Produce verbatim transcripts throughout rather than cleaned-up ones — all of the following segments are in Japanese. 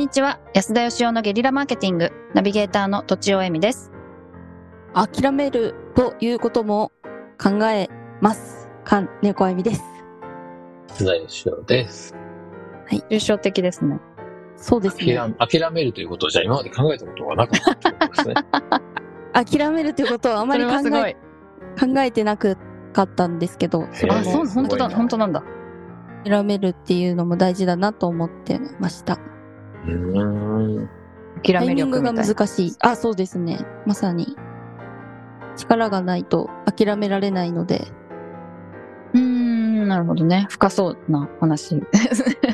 にちは、安田義雄のゲリラマーケティングナビゲーターのとちおえみです。 諦めるということも考えますかねこあゆみです。 安田義雄です。 はい、抽象的ですね。 そうですね。 諦、諦めるということをじゃあ今まで考えたことがなかったってことですね。 諦めるということはあまり考え考えてなかったんですけど、 それもあ、そう、本当だ、本当なんだ。 諦めるっていうのも大事だなと思ってました。 うーん。 諦め力みたいな。タイミングが難しい。あ、そうですね。まさに力がないと諦められないので。 うーん、なるほどね。深そうな話ですね。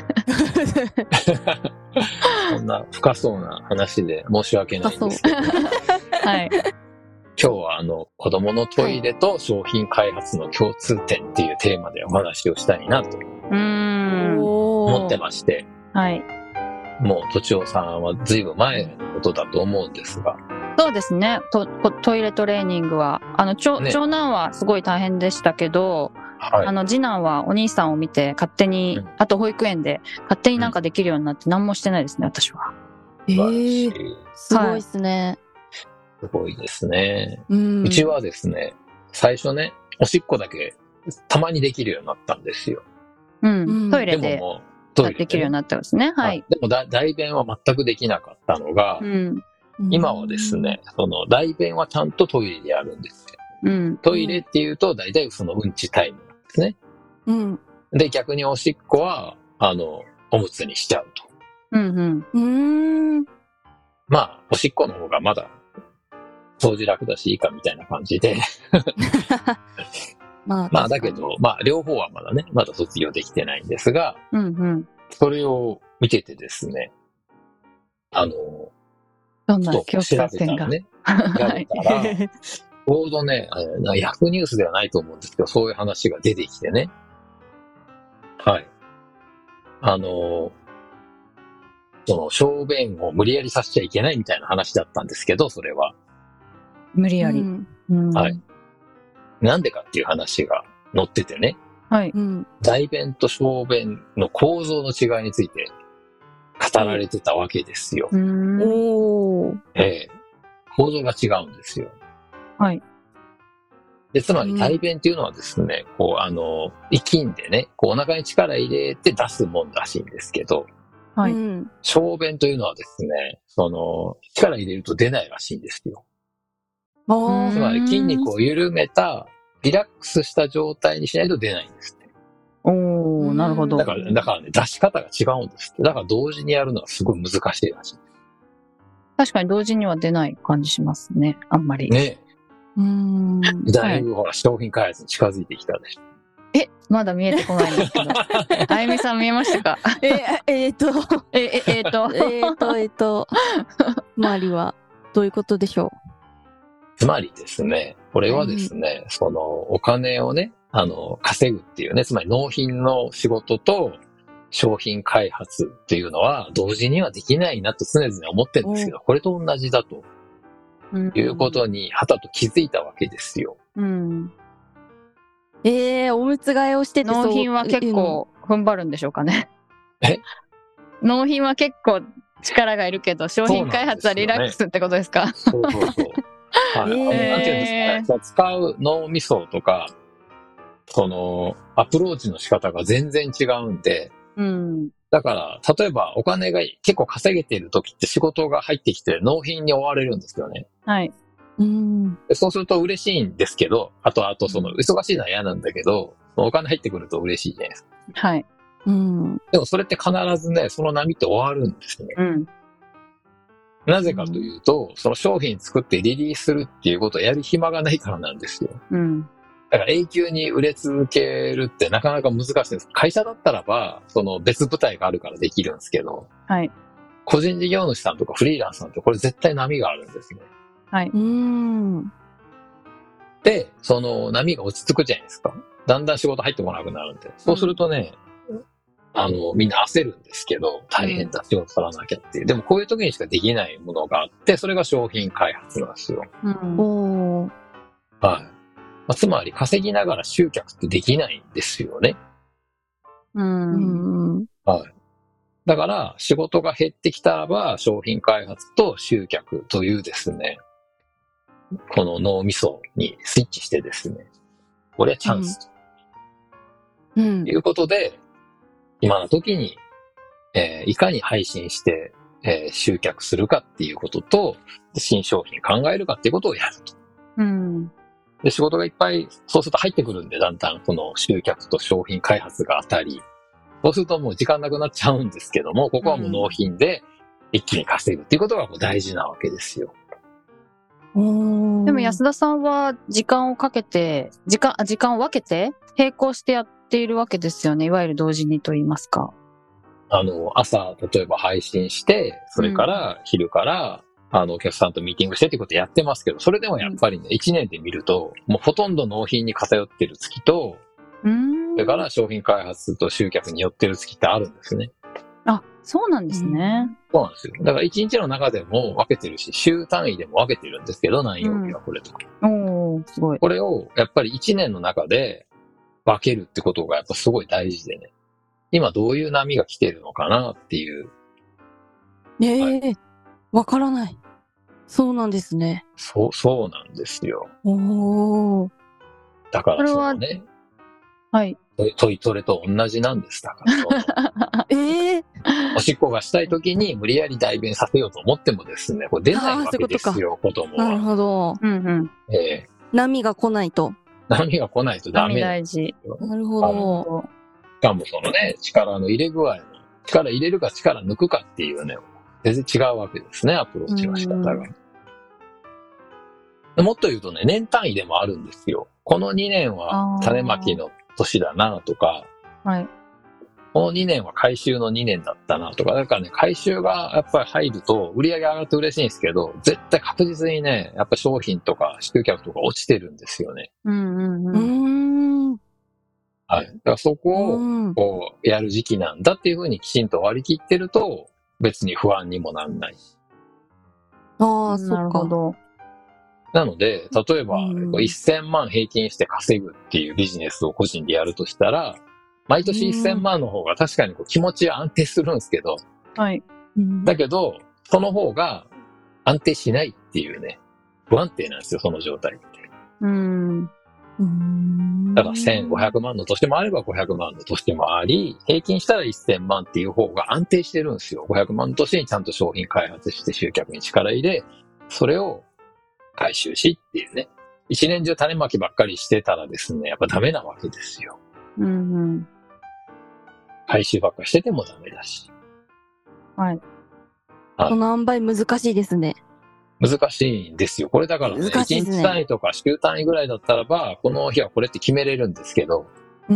そんな深そうな話で申し訳ないんですけど。 はい。 今日はあの子供のトイレと商品開発の共通点っていうテーマでお話をしたいなと思ってまして。 はい。 もうとちおさんはずいぶん前のことだと思うんですが。 そうですね。ト, トイレトレーニングはあの 長,、ね、長男はすごい大変でしたけど、はい、あの次男はお兄さんを見て勝手に、うん、あと保育園で勝手になんかできるようになって何もしてないですね、私は。 えー、すごいですね。 すごいですね。うん、うちはですね、最初ね、おしっこだけたまにできるようになったんですよ。 うん、トイレで。でももうトイレで、ね、できるようになったんですね。はい。 でもだ大便は全くできなかったのが、うん、今はですね、その大便はちゃんとトイレでやるんですよ。うん、トイレっていうと大体そのうんちタイムなんですね。うん、で、逆におしっこは、あの、おむつにしちゃうと。 うんうん、うーんまあ、おしっこの方がまだ掃除楽だしいいかみたいな感じで。まあ、まあ、だけど、まあ、両方はまだね、まだ卒業できてないんですが、うんうん、それを見ててですね、あの、 どんな共通点が、 ね、調べたら、ちょうどね、ヤフーニュースではないと思うんですけど、そういう話が出てきてね、はい。あの、その、小便を無理やりさせちゃいけないみたいな話だったんですけど、それは。 無理やり。うんうん、はい。なんでかっていう話が載っててね。 はい。 大便と小便の構造の違いについて語られてたわけですよ。 おー。 ええ。構造が違うんですよ。 はい。 で、つまり大便っていうのはですね、こう、あの、息んでね、こうお腹に力入れて出すもんらしいんですけど、 はい。 小便というのはですね、その、力入れると出ないらしいんですよ。つまり筋肉を緩めた、リラックスした状態にしないと出ないんですって。 おー、なるほど。 だから、だからね、出し方が違うんですって。だから同時にやるのはすごい難しいらしい。 確かに同時には出ない感じしますね、あんまり。 ね。 うーん。 だいぶほら、商品開発に近づいてきたでしょ。 え、まだ見えてこないんですけど。あゆみさん見えましたか？ え、えー、っと、 え、え、えー、っと、 えー、っと、えー、っと、つまりはどういうことでしょう？ つまりですね、これはですね、うん、そのお金をね、あの、稼ぐっていうね、つまり納品の仕事と商品開発っていうのは同時にはできないなと常々思ってるんですけど、これと同じだということにはたと気づいたわけですよ。 うん、 えー、おむつ替えをしてて納品は結構踏ん張るんでしょうかね。え納品は結構力がいるけど、商品開発はリラックスってことですか？ そうそうそう。はい、えー、なんていうんですかね、使う脳みそとか、その、アプローチの仕方が全然違うんで、うん、だから、例えばお金が結構稼げている時って仕事が入ってきて納品に追われるんですよね。 はい。 うん、 そうすると嬉しいんですけど、あと、あとその、忙しいのは嫌なんだけど、お金入ってくると嬉しいじゃないですか。はい。 うん、 でもそれって必ずね、その波って終わるんですね。 うん、 なぜかというと、その商品作ってリリースするっていうことをやる暇がないからなんですよ。 うん、 だから永久に売れ続けるってなかなか難しいです。会社だったらば、その別部隊があるからできるんですけど、 はい。 個人事業主さんとかフリーランスさんってこれ絶対波があるんですね。 はい。 うーん。 で、その波が落ち着くじゃないですか。だんだん仕事入ってこなくなるんで。そうするとね、うん、あの、みんな焦るんですけど、大変だ、仕事取らなきゃっていう。でもこういう時にしかできないものがあって、それが商品開発なんですよ。 うん、おー。 はい。まあ、つまり稼ぎながら集客ってできないんですよね。 うん。 はい。だかだから仕事が減ってきたらば商品開発と集客というですね、この脳みそにスイッチしてですね、これはチャンスと、うん、いうことで、今の時に、えー、いかに配信して、えー、集客するかっていうことと、新商品考えるかっていうことをやると。 うん、 で、仕事がいっぱい、そうすると入ってくるんで、だんだんこの集客と商品開発が当たり、そうするともう時間なくなっちゃうんですけども、ここはもう納品で一気に稼ぐっていうことがもう大事なわけですよ。 でも安田さんは時間をかけて、時間、時間を分けて並行してやっているわけですよね。いわゆる同時にと言いますか。 あの、朝、例えば配信して、それから昼から、うん、あの、お客さんとミーティングしてっていうことやってますけど、それでもやっぱりね、いちねんで見ると、もうほとんど納品に偏ってる月と、それから商品開発と集客に寄ってる月ってあるんですね。 あ、そうなんですね。 そうなんですよ。だからいちにちの中でも分けてるし、週単位でも分けてるんですけど、何曜日はこれとか。 うん、おー、すごい。 これをやっぱりいちねんの中で分けるってことがやっぱすごい大事でね。今どういう波が来てるのかなっていう。 ええー、わ、はい、からない。そうなんですね。 そう、そうなんですよ。 おー。 だからそのね。 はい。 トイトレと同じなんです。だから。 ええー。 おしっこがしたいときに無理やり代弁させようと思ってもですね、これ出ないわけですよ、子供は。 なるほど。 うんうん。 えー、 波が来ないと。 波が来ないとダメ。 波大事。 なるほど。 しかもそのね、力の入れ具合の、力入れるか力抜くかっていうね、全然違うわけですね、アプローチの仕方が。もっと言うとね、年単位でもあるんですよ。このにねんは種まきの年だなとか、 はい、 このにねんは回収のにねんだったなとか、だからね、回収がやっぱり入ると売り上げ上がって嬉しいんですけど、絶対確実にね、やっぱ商品とか集客とか落ちてるんですよね。 うんうんうん。 うーん、 はい。だからそこをこうやる時期なんだっていうふうにきちんと割り切ってると、別に不安にもなんないし。 ああ、そっか。 なるほど。 なので、例えば、うん、せんまん平均して稼ぐっていうビジネスを個人でやるとしたら、毎年せんまんの方が確かにこう気持ちは安定するんですけど、 はい。 だけど、その方が安定しないっていうね、不安定なんですよ、その状態って。 うん。 だからせんごひゃくまんの年もあればごひゃくまんの年もあり、平均したらせんまんっていう方が安定してるんですよ。ごひゃくまんの年にちゃんと商品開発して集客に力入れ、それを回収しっていうね。一年中種まきばっかりしてたらですね、やっぱダメなわけですよ。 うんうん。 回収ばっかりしててもダメだし。 はい。 この塩梅難しいですね。 難しいんですよ。これだからね、いちにち単位とか週単位ぐらいだったらば、この日はこれって決めれるんですけど、 うん。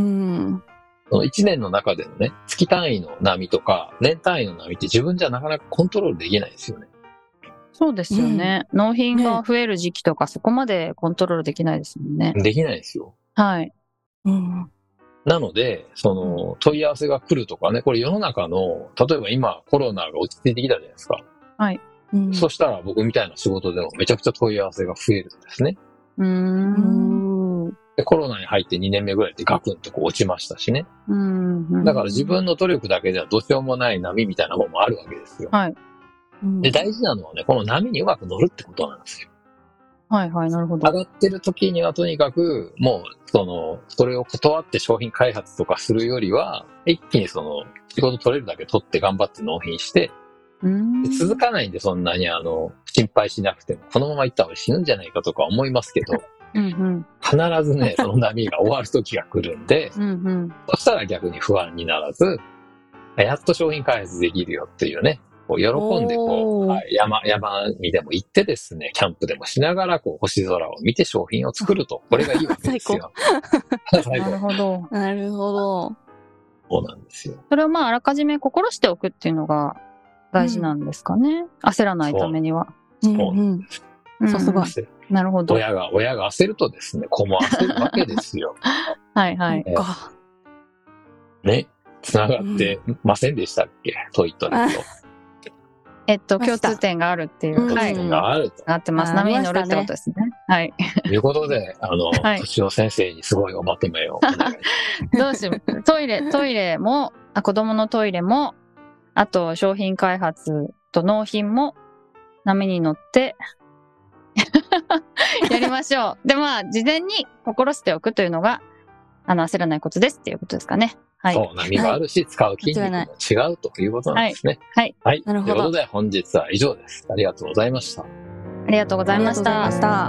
そのいちねんの中でのね、月単位の波とか、年単位の波って自分じゃなかなかコントロールできないですよね。 そうですよね。うん、納品が増える時期とか、そこまでコントロールできないですもんね。 できないですよ。 はい。 うん。 なので、その、問い合わせが来るとかね、これ世の中の、例えば今コロナが落ち着いてきたじゃないですか。 はい。 うん、 そしたら僕みたいな仕事でもめちゃくちゃ問い合わせが増えるんですね。 うーん。 でコロナに入ってにねんめぐらいでガクンとこう落ちましたしね。 うん。 だから自分の努力だけではどうしようもない波みたいなものもあるわけですよ。 はい。 で、大事なのはね、この波にうまく乗るってことなんですよ。 はいはい、なるほど。 上がってる時にはとにかく、もう、その、それを断って商品開発とかするよりは、一気にその、仕事取れるだけ取って頑張って納品して、 うん続かないんでそんなにあの、心配しなくても、このまま行ったら死ぬんじゃないかとか思いますけど、 うんうん、 必ずね、その波が終わる時が来るんで、 うんうん、 そしたら逆に不安にならず、やっと商品開発できるよっていうね、こう喜んでこう、はい、山、山にでも行ってですね、キャンプでもしながらこう星空を見て商品を作ると、これがいいわけですよ。 最高。なるほど。 なるほど。 そうなんですよ。 それをまああらかじめ心しておくっていうのが大事なんですかね。うん、焦らないためには。 そうなんです。 さすが。 なるほど。 親が、親が焦るとですね、子も焦るわけですよ。 はいはい。 えー、ね、繋がってませんでしたっけ、うん、トイトレと。 えっと、共通点があるっていう。 共通点があると。 なってます。波に乗るってことですね。はい。 ということで、あの、はい、としお先生にすごいおまとめをお願いします。 どうしよう。トイレ、トイレも、あ、子供のトイレも、 あと商品開発と納品も波に乗ってやりましょう。で、まあ、事前に心しておくというのが、あの、焦らないことですっていうことですかね。はい。 そう、波があるし、はい、使う筋肉も違うということなんですね。 はい。 はい。はい、なるほど。ということで、本日は以上です。ありがとうございました。ありがとうございました。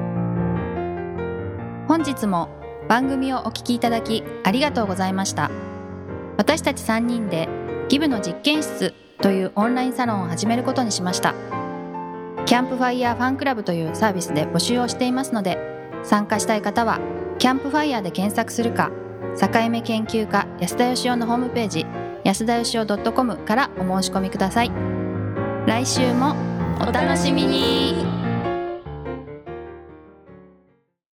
本日も番組をお聞きいただきありがとうございました。私たちさんにんでギブの実験室というオンラインサロンを始めることにしました。キャンプファイヤーファンクラブというサービスで募集をしていますので、参加したい方はキャンプファイヤーで検索するか、境目研究家安田義雄のホームページ安田義雄 .com からお申し込みください。来週もお楽しみに。